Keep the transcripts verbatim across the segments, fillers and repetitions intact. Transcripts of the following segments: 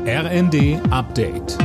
R N D Update.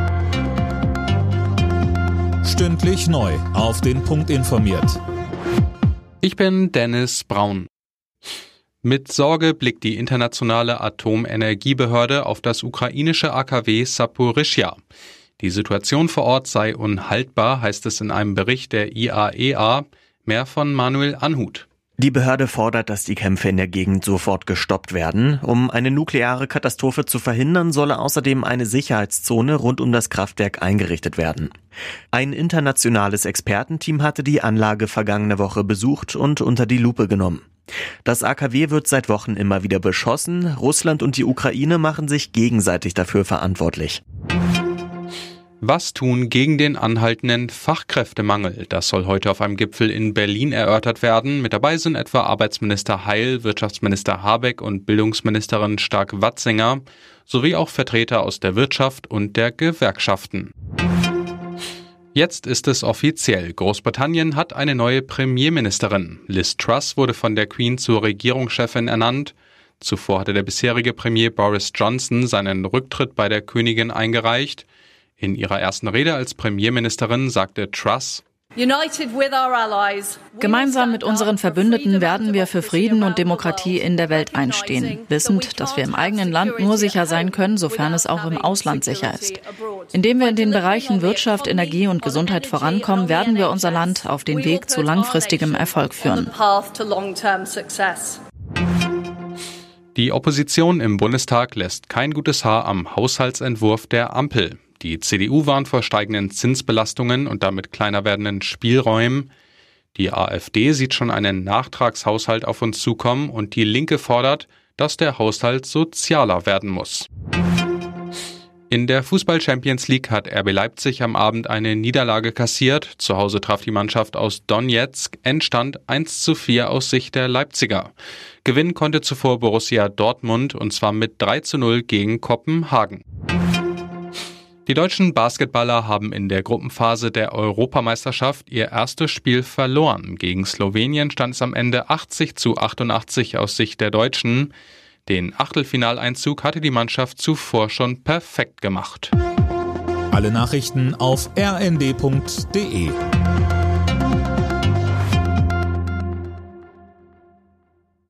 Stündlich neu auf den Punkt informiert. Ich bin Dennis Braun. Mit Sorge blickt die internationale Atomenergiebehörde auf das ukrainische A K W Saporischschja. Die Situation vor Ort sei unhaltbar, heißt es in einem Bericht der I A E A. Mehr von Manuel Anhut. Die Behörde fordert, dass die Kämpfe in der Gegend sofort gestoppt werden. Um eine nukleare Katastrophe zu verhindern, solle außerdem eine Sicherheitszone rund um das Kraftwerk eingerichtet werden. Ein internationales Expertenteam hatte die Anlage vergangene Woche besucht und unter die Lupe genommen. Das A K W wird seit Wochen immer wieder beschossen. Russland und die Ukraine machen sich gegenseitig dafür verantwortlich. Was tun gegen den anhaltenden Fachkräftemangel? Das soll heute auf einem Gipfel in Berlin erörtert werden. Mit dabei sind etwa Arbeitsminister Heil, Wirtschaftsminister Habeck und Bildungsministerin Stark-Watzinger sowie auch Vertreter aus der Wirtschaft und der Gewerkschaften. Jetzt ist es offiziell. Großbritannien hat eine neue Premierministerin. Liz Truss wurde von der Queen zur Regierungschefin ernannt. Zuvor hatte der bisherige Premier Boris Johnson seinen Rücktritt bei der Königin eingereicht. In ihrer ersten Rede als Premierministerin sagte Truss: Gemeinsam mit unseren Verbündeten werden wir für Frieden und Demokratie in der Welt einstehen, wissend, dass wir im eigenen Land nur sicher sein können, sofern es auch im Ausland sicher ist. Indem wir in den Bereichen Wirtschaft, Energie und Gesundheit vorankommen, werden wir unser Land auf den Weg zu langfristigem Erfolg führen. Die Opposition im Bundestag lässt kein gutes Haar am Haushaltsentwurf der Ampel. Die C D U warnt vor steigenden Zinsbelastungen und damit kleiner werdenden Spielräumen. Die AfD sieht schon einen Nachtragshaushalt auf uns zukommen und die Linke fordert, dass der Haushalt sozialer werden muss. In der Fußball-Champions League hat R B Leipzig am Abend eine Niederlage kassiert. Zu Hause traf die Mannschaft aus Donetsk. Endstand eins zu vier aus Sicht der Leipziger. Gewinnen konnte zuvor Borussia Dortmund und zwar mit drei zu null gegen Kopenhagen. Die deutschen Basketballer haben in der Gruppenphase der Europameisterschaft ihr erstes Spiel verloren. Gegen Slowenien stand es am Ende achtzig zu achtundachtzig aus Sicht der Deutschen. Den Achtelfinaleinzug hatte die Mannschaft zuvor schon perfekt gemacht. Alle Nachrichten auf r n d punkt d e.